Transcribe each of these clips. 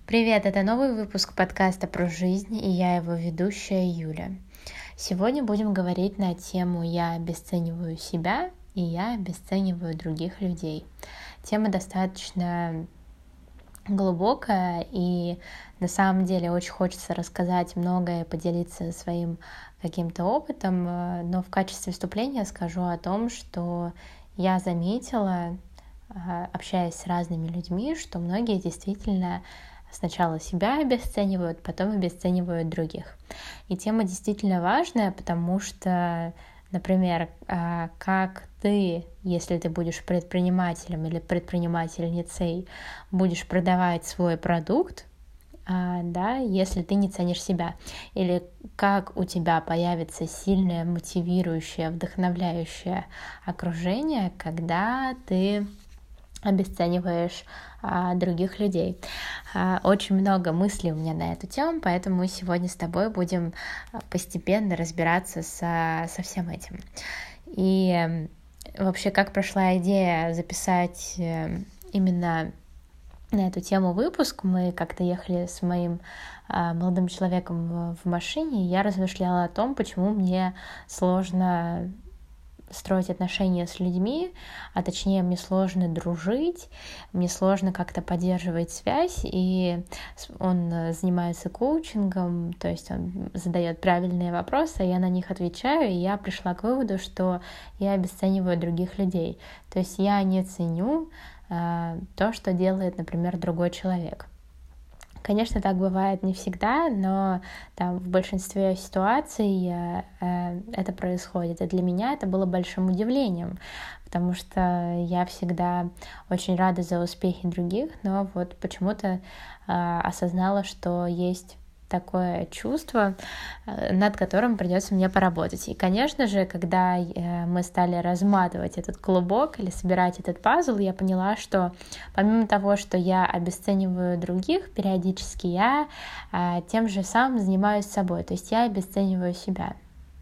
Привет, это новый выпуск подкаста про жизнь, и я его ведущая Юля. Сегодня будем говорить на тему «Я обесцениваю себя» и «Я обесцениваю других людей». Тема достаточно глубокая, и на самом деле очень хочется рассказать многое, поделиться своим каким-то опытом, но в качестве вступления скажу о том, что я заметила, общаясь с разными людьми, что многие действительно сначала себя обесценивают, потом обесценивают других. И тема действительно важная, потому что, например, как ты, если ты будешь предпринимателем или предпринимательницей, будешь продавать свой продукт, да, если ты не ценишь себя, или как у тебя появится сильное, мотивирующее, вдохновляющее окружение, когда ты обесцениваешь других людей. Очень много мыслей у меня на эту тему, поэтому мы сегодня с тобой будем постепенно разбираться со всем этим. И вообще, как прошла идея записать именно на эту тему выпуск. Мы как-то ехали с моим молодым человеком в машине, и я размышляла о том, почему мне сложно строить отношения с людьми, а точнее мне сложно дружить, мне сложно как-то поддерживать связь, и он занимается коучингом, то есть он задает правильные вопросы, а я на них отвечаю, и я пришла к выводу, что я обесцениваю других людей, то есть я не ценю то, что делает, например, другой человек. Конечно, так бывает не всегда, но там, в большинстве ситуаций это происходит. И для меня это было большим удивлением, потому что я всегда очень рада за успехи других, но вот почему-то осознала, что есть такое чувство, над которым придется мне поработать. И, конечно же, когда мы стали разматывать этот клубок или собирать этот пазл, я поняла, что помимо того, что я обесцениваю других, периодически я тем же самым занимаюсь собой, то есть я обесцениваю себя.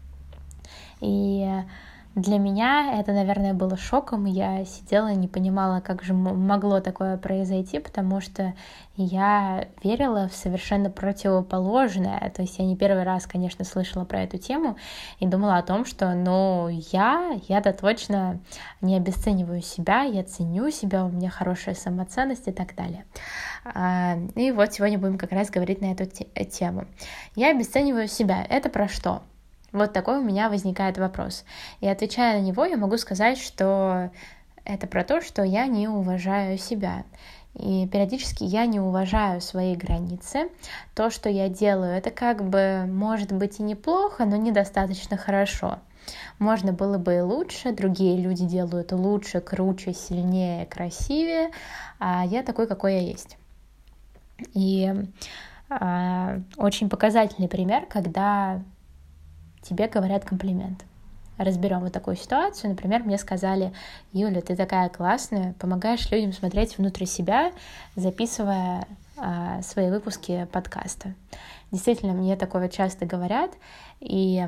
И для меня это, наверное, было шоком. Я сидела и не понимала, как же могло такое произойти, потому что я верила в совершенно противоположное. То есть я не первый раз, конечно, слышала про эту тему и думала о том, что, я-то точно не обесцениваю себя, я ценю себя, у меня хорошая самоценность и так далее. И вот сегодня будем как раз говорить на эту тему. Я обесцениваю себя. Это про что? Вот такой у меня возникает вопрос. И отвечая на него, я могу сказать, что это про то, что я не уважаю себя. И периодически я не уважаю свои границы. То, что я делаю, это как бы может быть и неплохо, но недостаточно хорошо. Можно было бы и лучше, другие люди делают лучше, круче, сильнее, красивее, а я такой, какой я есть. И очень показательный пример, когда тебе говорят комплимент. Разберем вот такую ситуацию. Например, мне сказали: Юля, ты такая классная, помогаешь людям смотреть внутрь себя, записывая свои выпуски подкаста. Действительно, мне такое часто говорят, и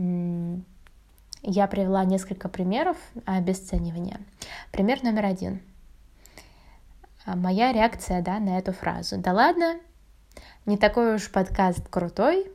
я привела несколько примеров обесценивания. Пример номер 1. Моя реакция, на эту фразу. Да ладно, не такой уж подкаст крутой,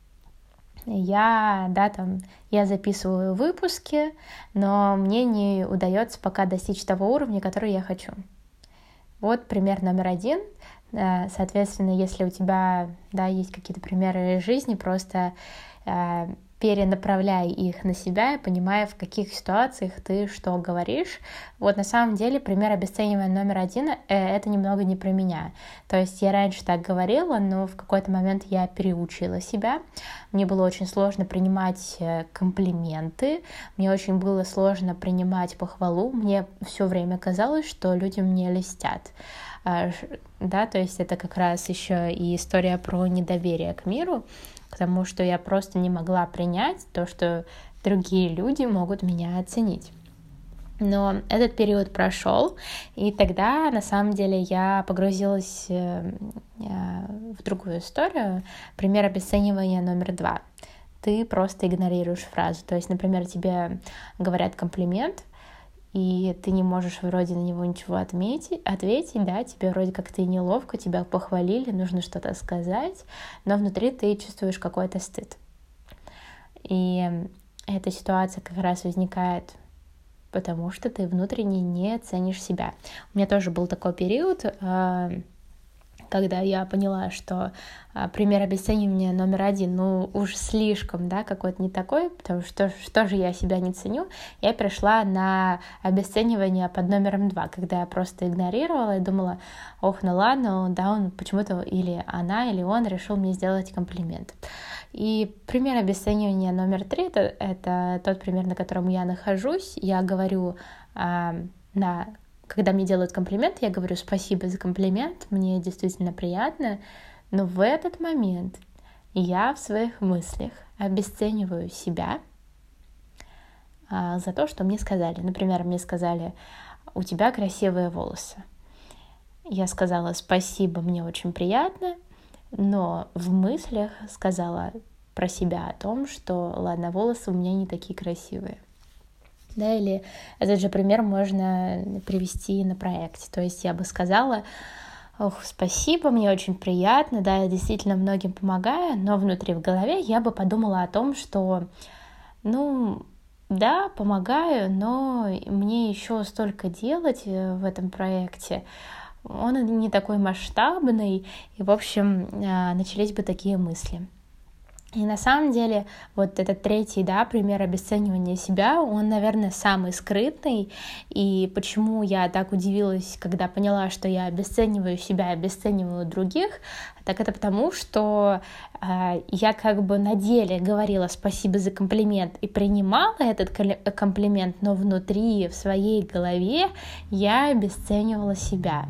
я записываю выпуски, но мне не удается пока достичь того уровня, который я хочу. Вот пример номер 1. Соответственно, если у тебя, есть какие-то примеры из жизни, просто перенаправляй их на себя и понимая, в каких ситуациях ты что говоришь. Вот на самом деле пример обесценивания номер 1 это немного не про меня. То есть я раньше так говорила, но в какой-то момент я переучила себя. Мне было очень сложно принимать комплименты, мне очень было сложно принимать похвалу. Мне все время казалось, что люди мне льстят. То есть это как раз еще и история про недоверие к миру, потому что я просто не могла принять то, что другие люди могут меня оценить. Но этот период прошел, и тогда, на самом деле, я погрузилась в другую историю. Пример обесценивания номер 2. Ты просто игнорируешь фразу. То есть, например, тебе говорят комплимент, и ты не можешь вроде на него ничего ответить, да, тебе вроде как-то и неловко, тебя похвалили, нужно что-то сказать, но внутри ты чувствуешь какой-то стыд. И эта ситуация как раз возникает потому, что ты внутренне не ценишь себя. У меня тоже был такой период, когда я поняла, что пример обесценивания номер 1, уж слишком, да, какой-то не такой, потому что же я себя не ценю, я перешла на обесценивание под номером 2, когда я просто игнорировала и думала, ладно, да, он почему-то или она, или он решил мне сделать комплимент. И пример обесценивания номер 3, это тот пример, на котором я нахожусь, я говорю когда мне делают комплимент, я говорю спасибо за комплимент, мне действительно приятно, но в этот момент я в своих мыслях обесцениваю себя за то, что мне сказали. Например, мне сказали, у тебя красивые волосы. Я сказала спасибо, мне очень приятно, но в мыслях сказала про себя о том, что ладно, волосы у меня не такие красивые. Да, или этот же пример можно привести на проекте. То есть я бы сказала, спасибо, мне очень приятно, да, я действительно многим помогаю, но внутри в голове я бы подумала о том, что, да, помогаю, но мне еще столько делать в этом проекте, он не такой масштабный, и, в общем, начались бы такие мысли. И на самом деле вот этот третий, да, пример обесценивания себя, он, наверное, самый скрытный. И почему я так удивилась, когда поняла, что я обесцениваю себя, обесцениваю других, так это потому, что я как бы на деле говорила спасибо за комплимент и принимала этот комплимент, но внутри, в своей голове я обесценивала себя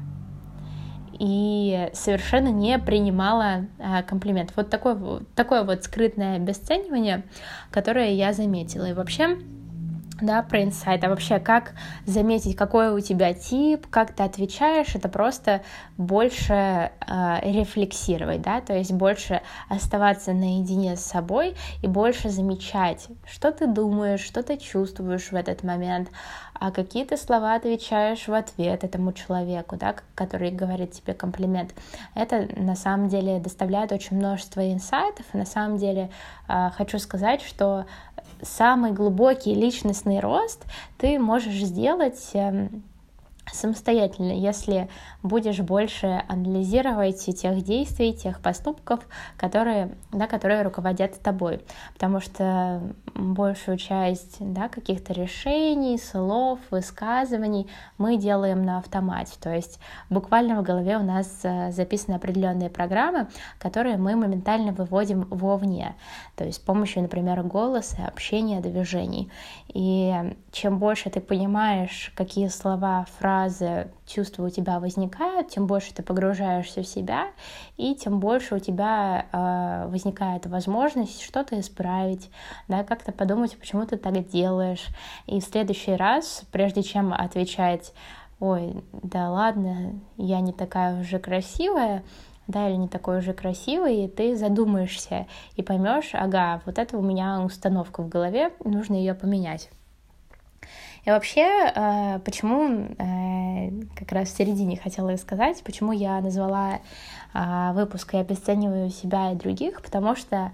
и совершенно не принимала комплимент. Вот такое вот скрытное обесценивание, которое я заметила. И вообще, да, про инсайт, а вообще как заметить, какой у тебя тип, как ты отвечаешь, это просто больше рефлексировать, да, то есть больше оставаться наедине с собой и больше замечать, что ты думаешь, что ты чувствуешь в этот момент, а какие ты слова отвечаешь в ответ этому человеку, да, который говорит тебе комплимент. Это на самом деле доставляет очень множество инсайтов, и на самом деле хочу сказать, что самый глубокий личностный рост ты можешь сделать самостоятельно, если будешь больше анализировать тех действий, тех поступков, которые руководят тобой. Потому что большую часть, да, каких-то решений, слов, высказываний мы делаем на автомате. То есть буквально в голове у нас записаны определенные программы, которые мы моментально выводим вовне. То есть с помощью, например, голоса, общения, движений. И чем больше ты понимаешь, какие слова, фразы, чувства у тебя возникают, тем больше ты погружаешься в себя, и тем больше у тебя возникает возможность что-то исправить, да, как-то подумать, почему ты так делаешь. И в следующий раз, прежде чем отвечать, ой, да ладно, я не такая уже красивая, да, или не такой уже красивый, и ты задумаешься и поймешь, ага, вот это у меня установка в голове, нужно ее поменять. И вообще, почему, как раз в середине хотела сказать, почему я назвала выпуск «Я обесцениваю себя и других», потому что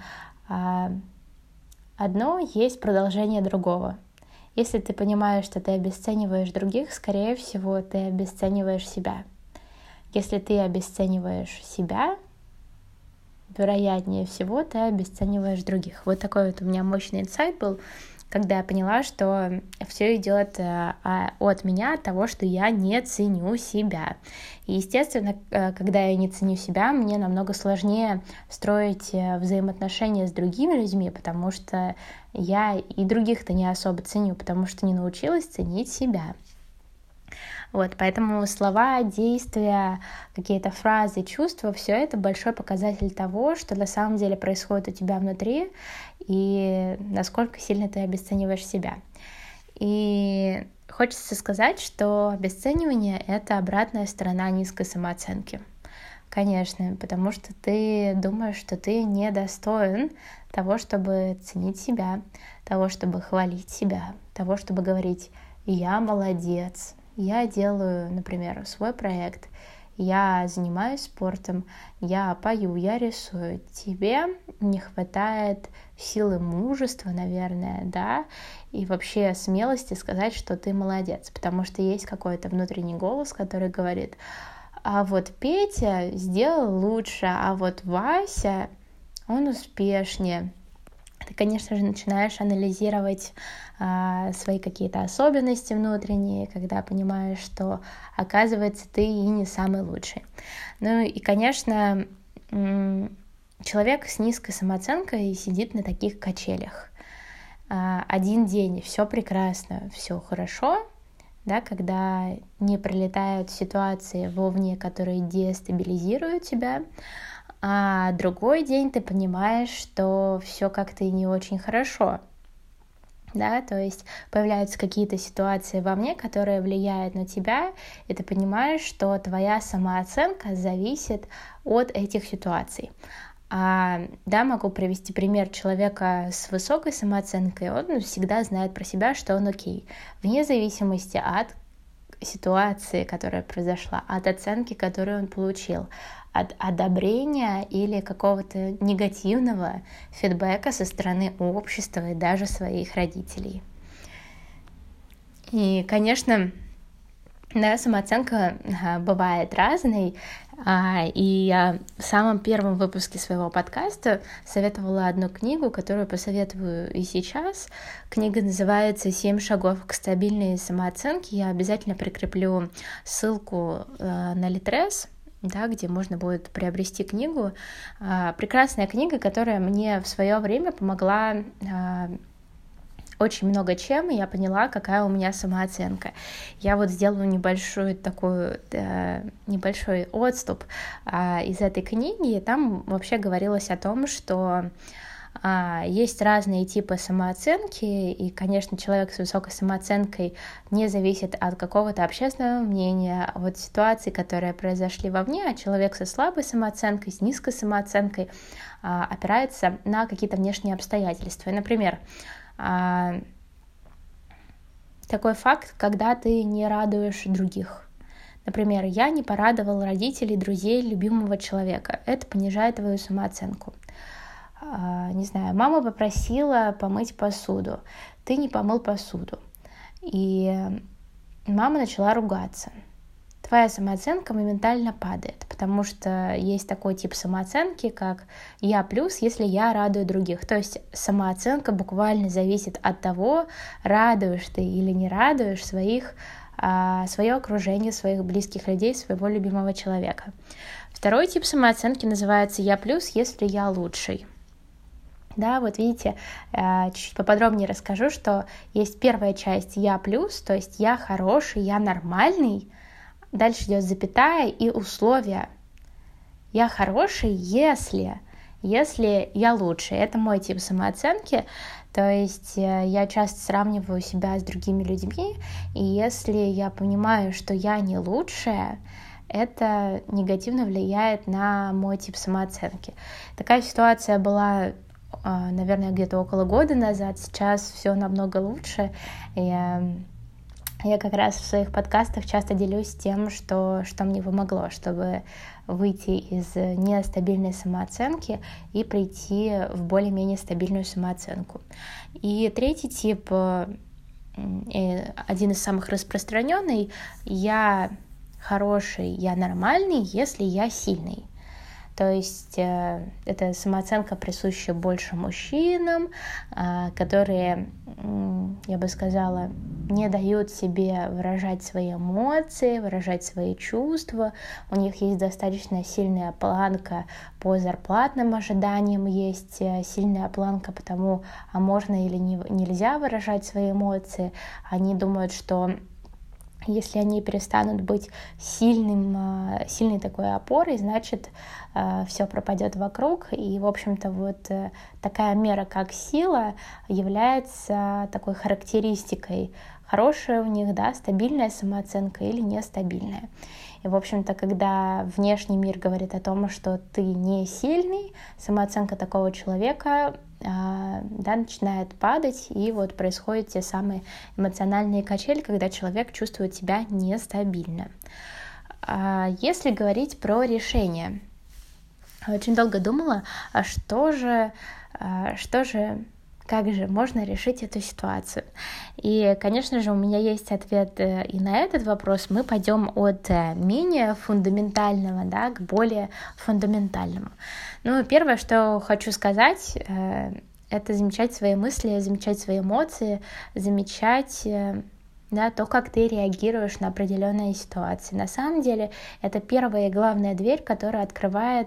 одно есть продолжение другого. Если ты понимаешь, что ты обесцениваешь других, скорее всего, ты обесцениваешь себя. Если ты обесцениваешь себя, вероятнее всего, ты обесцениваешь других. Вот такой вот у меня мощный инсайт был, когда я поняла, что все идет от меня, от того, что я не ценю себя. И, естественно, когда я не ценю себя, мне намного сложнее строить взаимоотношения с другими людьми, потому что я и других-то не особо ценю, потому что не научилась ценить себя. Вот, поэтому слова, действия, какие-то фразы, чувства, все это большой показатель того, что на самом деле происходит у тебя внутри и насколько сильно ты обесцениваешь себя. И хочется сказать, что обесценивание — это обратная сторона низкой самооценки. Конечно, потому что ты думаешь, что ты недостоин того, чтобы ценить себя, того, чтобы хвалить себя, того, чтобы говорить я молодец, я делаю, например, свой проект, я занимаюсь спортом, я пою, я рисую. Тебе не хватает силы мужества, наверное, да, и вообще смелости сказать, что ты молодец, потому что есть какой-то внутренний голос, который говорит: а вот Петя сделал лучше, а вот Вася, он успешнее. Ты, конечно же, начинаешь анализировать свои какие-то особенности внутренние, когда понимаешь, что, оказывается, ты и не самый лучший. Ну и, конечно, человек с низкой самооценкой сидит на таких качелях. Один день все прекрасно, все хорошо, да, когда не прилетают ситуации вовне, которые дестабилизируют тебя, а другой день ты понимаешь, что все как-то и не очень хорошо, да, то есть появляются какие-то ситуации вовне, которые влияют на тебя, и ты понимаешь, что твоя самооценка зависит от этих ситуаций. Да, могу привести пример человека с высокой самооценкой. Он всегда знает про себя, что он окей, вне зависимости от ситуации, которая произошла, от оценки, которую он получил, от одобрения или какого-то негативного фидбэка со стороны общества и даже своих родителей. И, конечно, да, самооценка бывает разной, и я в самом первом выпуске своего подкаста советовала одну книгу, которую посоветую и сейчас. Книга называется «7 шагов к стабильной самооценке». Я обязательно прикреплю ссылку на Литрес, да, где можно будет приобрести книгу. Прекрасная книга, которая мне в свое время помогла очень много чем, и я поняла, какая у меня самооценка. Я вот сделаю небольшой отступ из этой книги, и там вообще говорилось о том, что есть разные типы самооценки, и, конечно, человек с высокой самооценкой не зависит от какого-то общественного мнения, от ситуаций, которые произошли вовне, а человек со слабой самооценкой, с низкой самооценкой опирается на какие-то внешние обстоятельства. И, например, такой факт, когда ты не радуешь других. Например, я не порадовал родителей, друзей, любимого человека. Это понижает твою самооценку. Не знаю, мама попросила помыть посуду. Ты не помыл посуду. И мама начала ругаться. Твоя самооценка моментально падает, потому что есть такой тип самооценки, как «я плюс», если я радую других. То есть самооценка буквально зависит от того, радуешь ты или не радуешь свое окружение, своих близких людей, своего любимого человека. Второй тип самооценки называется «я плюс», если я лучший. Да, вот видите, чуть-чуть поподробнее расскажу, что есть первая часть «я плюс», то есть «я хороший», «я нормальный». Дальше идет запятая и условия. Я хороший, если я лучший. Это мой тип самооценки. То есть я часто сравниваю себя с другими людьми, и если я понимаю, что я не лучшая, это негативно влияет на мой тип самооценки. Такая ситуация была, наверное, где-то около года назад. Сейчас все намного лучше. Я как раз в своих подкастах часто делюсь тем, что мне помогло, чтобы выйти из нестабильной самооценки и прийти в более-менее стабильную самооценку. И третий тип, один из самых распространенных, я хороший, я нормальный, если я сильный. То есть это самооценка присуща больше мужчинам, которые, я бы сказала, не дают себе выражать свои эмоции, выражать свои чувства. У них есть достаточно сильная планка по зарплатным ожиданиям, есть сильная планка по тому, а можно или нельзя выражать свои эмоции. Они думают, что если они перестанут быть сильной такой опорой, значит, все пропадет вокруг. И, в общем-то, вот такая мера, как сила, является такой характеристикой. Хорошая у них, да, стабильная самооценка или нестабильная. И, в общем-то, когда внешний мир говорит о том, что ты не сильный, самооценка такого человека начинает падать, и вот происходят те самые эмоциональные качели, когда человек чувствует себя нестабильно. Если говорить про решение, очень долго думала, как же можно решить эту ситуацию. И, конечно же, у меня есть ответ и на этот вопрос. Мы пойдем от менее фундаментального, к более фундаментальному. Первое, что хочу сказать, это замечать свои мысли, замечать свои эмоции, замечать то, как ты реагируешь на определенные ситуации. На самом деле, это первая и главная дверь, которая открывает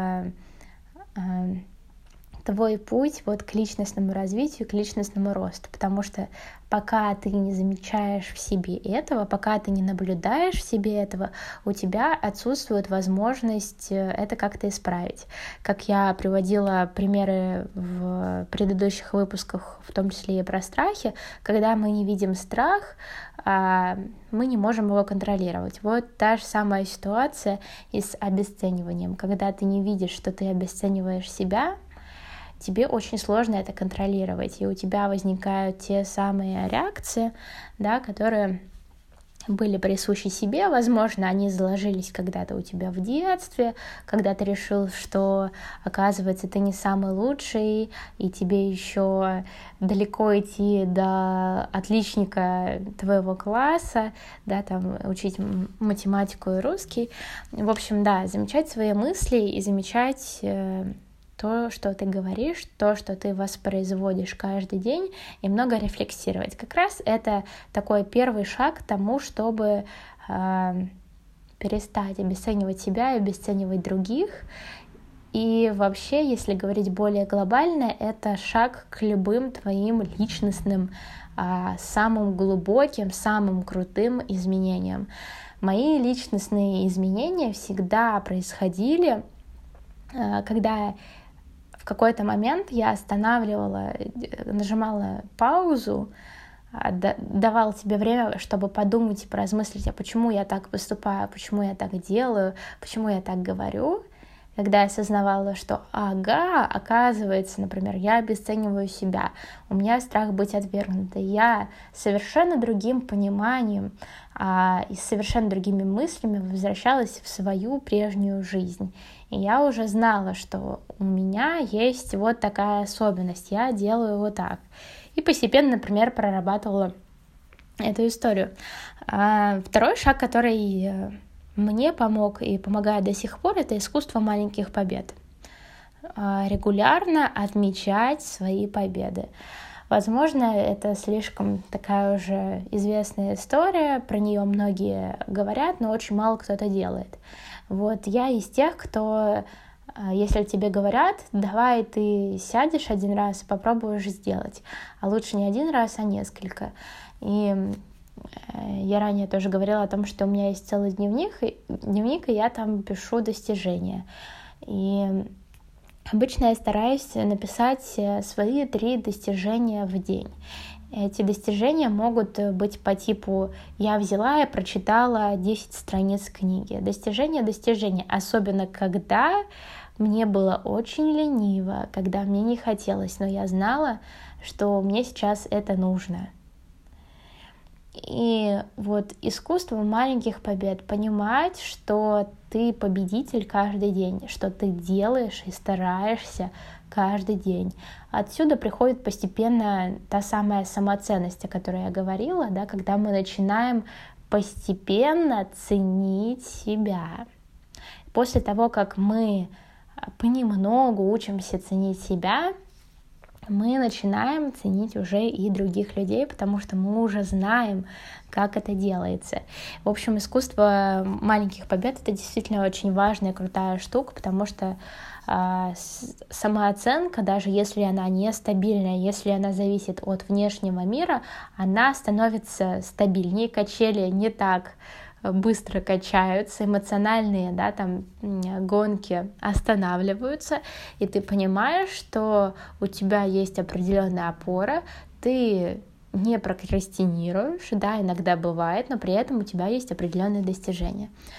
твой путь к личностному развитию, к личностному росту, потому что пока ты не замечаешь в себе этого, пока ты не наблюдаешь в себе этого, у тебя отсутствует возможность это как-то исправить. Как я приводила примеры в предыдущих выпусках, в том числе и про страхи, когда мы не видим страх, мы не можем его контролировать. Вот та же самая ситуация и с обесцениванием. Когда ты не видишь, что ты обесцениваешь себя, тебе очень сложно это контролировать, и у тебя возникают те самые реакции, которые были присущи себе. Возможно, они заложились когда-то у тебя в детстве, когда ты решил, что, оказывается, ты не самый лучший, и тебе еще далеко идти до отличника твоего класса, учить математику и русский. В общем, замечать свои мысли и замечать то, что ты говоришь, то, что ты воспроизводишь каждый день, и много рефлексировать. Как раз это такой первый шаг к тому, чтобы перестать обесценивать себя и обесценивать других. И вообще, если говорить более глобально, это шаг к любым твоим личностным, самым глубоким, самым крутым изменениям. Мои личностные изменения всегда происходили, когда в какой-то момент я останавливала, нажимала паузу, давала себе время, чтобы подумать и поразмыслить, почему я так поступаю, почему я так делаю, почему я так говорю. Когда я осознавала, что оказывается, например, я обесцениваю себя, у меня страх быть отвергнутой, я совершенно другим пониманием и с совершенно другими мыслями возвращалась в свою прежнюю жизнь. И я уже знала, что у меня есть вот такая особенность, я делаю вот так. И постепенно, например, прорабатывала эту историю. Второй шаг, который мне помог и помогает до сих пор, это искусство маленьких побед. Регулярно отмечать свои победы. Возможно, это слишком такая уже известная история, про нее многие говорят, но очень мало кто это делает. Вот я из тех, кто, если тебе говорят, давай ты сядешь один раз и попробуешь сделать, а лучше не один раз, а несколько. И я ранее тоже говорила о том, что у меня есть целый дневник, и я там пишу достижения. И обычно я стараюсь написать свои 3 достижения в день. Эти достижения могут быть по типу «я взяла и прочитала 10 страниц книги». Достижение, особенно когда мне было очень лениво, когда мне не хотелось, но я знала, что мне сейчас это нужно. И вот искусство маленьких побед, понимать, что ты победитель каждый день, что ты делаешь и стараешься каждый день. Отсюда приходит постепенно та самая самоценность, о которой я говорила, когда мы начинаем постепенно ценить себя. После того, как мы понемногу учимся ценить себя, мы начинаем ценить уже и других людей, потому что мы уже знаем, как это делается. В общем, искусство маленьких побед — это действительно очень важная, крутая штука, потому что самооценка, даже если она нестабильная, если она зависит от внешнего мира, она становится стабильнее, качели не так быстро качаются, эмоциональные, гонки останавливаются, и ты понимаешь, что у тебя есть определенная опора, ты не прокрастинируешь, иногда бывает, но при этом у тебя есть определенные достижения.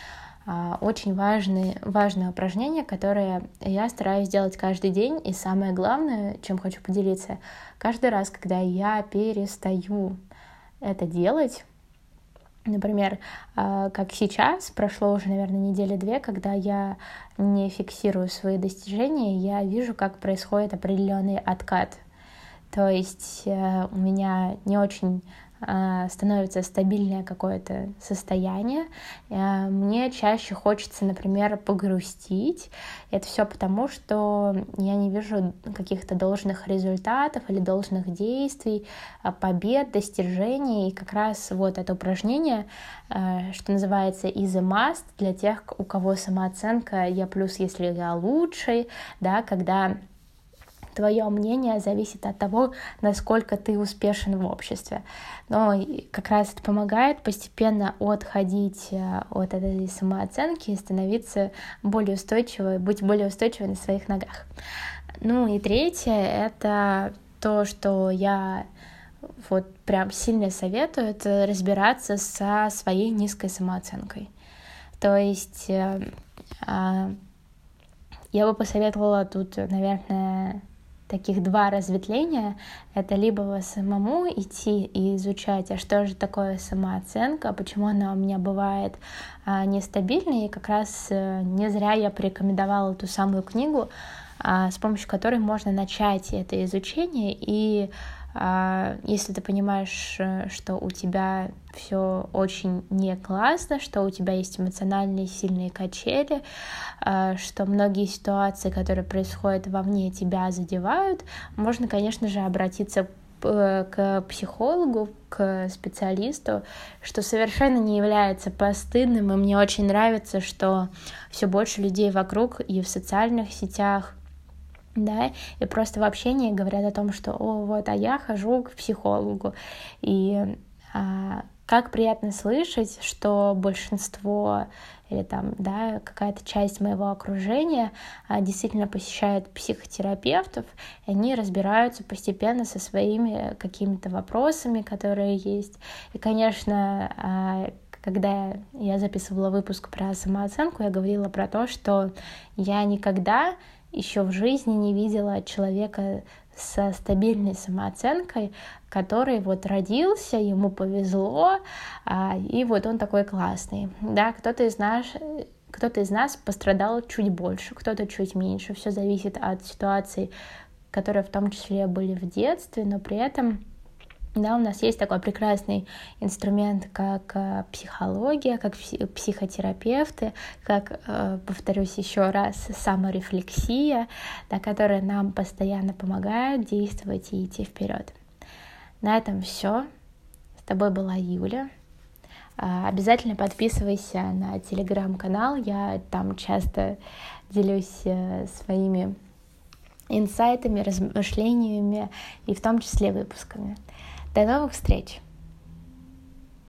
очень важное упражнение, которое я стараюсь делать каждый день. И самое главное, чем хочу поделиться, каждый раз, когда я перестаю это делать, например, как сейчас, прошло уже, наверное, недели-две, когда я не фиксирую свои достижения, я вижу, как происходит определенный откат. То есть у меня не очень становится стабильное какое-то состояние. Мне чаще хочется, например, погрустить. Это все потому, что я не вижу каких-то должных результатов или должных действий, побед, достижений. И как раз вот это упражнение, что называется is a must для тех, у кого самооценка я плюс, если я лучший, да, когда твое мнение зависит от того, насколько ты успешен в обществе. Но как раз это помогает постепенно отходить от этой самооценки и становиться более устойчивой, быть более устойчивой на своих ногах. Ну и третье — это то, что я вот прям сильно советую, это разбираться со своей низкой самооценкой. То есть я бы посоветовала тут, наверное, таких два разветвления. Это либо самому идти и изучать, а что же такое самооценка, почему она у меня бывает нестабильной. И как раз не зря я порекомендовала ту самую книгу, с помощью которой можно начать это изучение. И если ты понимаешь, что у тебя все очень не классно, что у тебя есть эмоциональные сильные качели, что многие ситуации, которые происходят вовне, тебя задевают, можно, конечно же, обратиться к психологу, к специалисту, что совершенно не является постыдным. И мне очень нравится, что все больше людей вокруг и в социальных сетях, да, и просто в общении говорят о том, что а я хожу к психологу. И как приятно слышать, что большинство или там, да, какая-то часть моего окружения действительно посещает психотерапевтов, и они разбираются постепенно со своими какими-то вопросами, которые есть. И, конечно, когда я записывала выпуск про самооценку, я говорила про то, что я никогда еще в жизни не видела человека со стабильной самооценкой, который вот родился, ему повезло, и вот он такой классный. Да, кто-то из нас пострадал чуть больше, кто-то чуть меньше. Все зависит от ситуаций, которые в том числе были в детстве, но при этом, да, у нас есть такой прекрасный инструмент, как психология, как психотерапевты, как, повторюсь еще раз, саморефлексия, да, которая нам постоянно помогает действовать и идти вперед. На этом все. С тобой была Юля. Обязательно подписывайся на телеграм-канал. Я там часто делюсь своими инсайтами, размышлениями и в том числе выпусками. До новых встреч!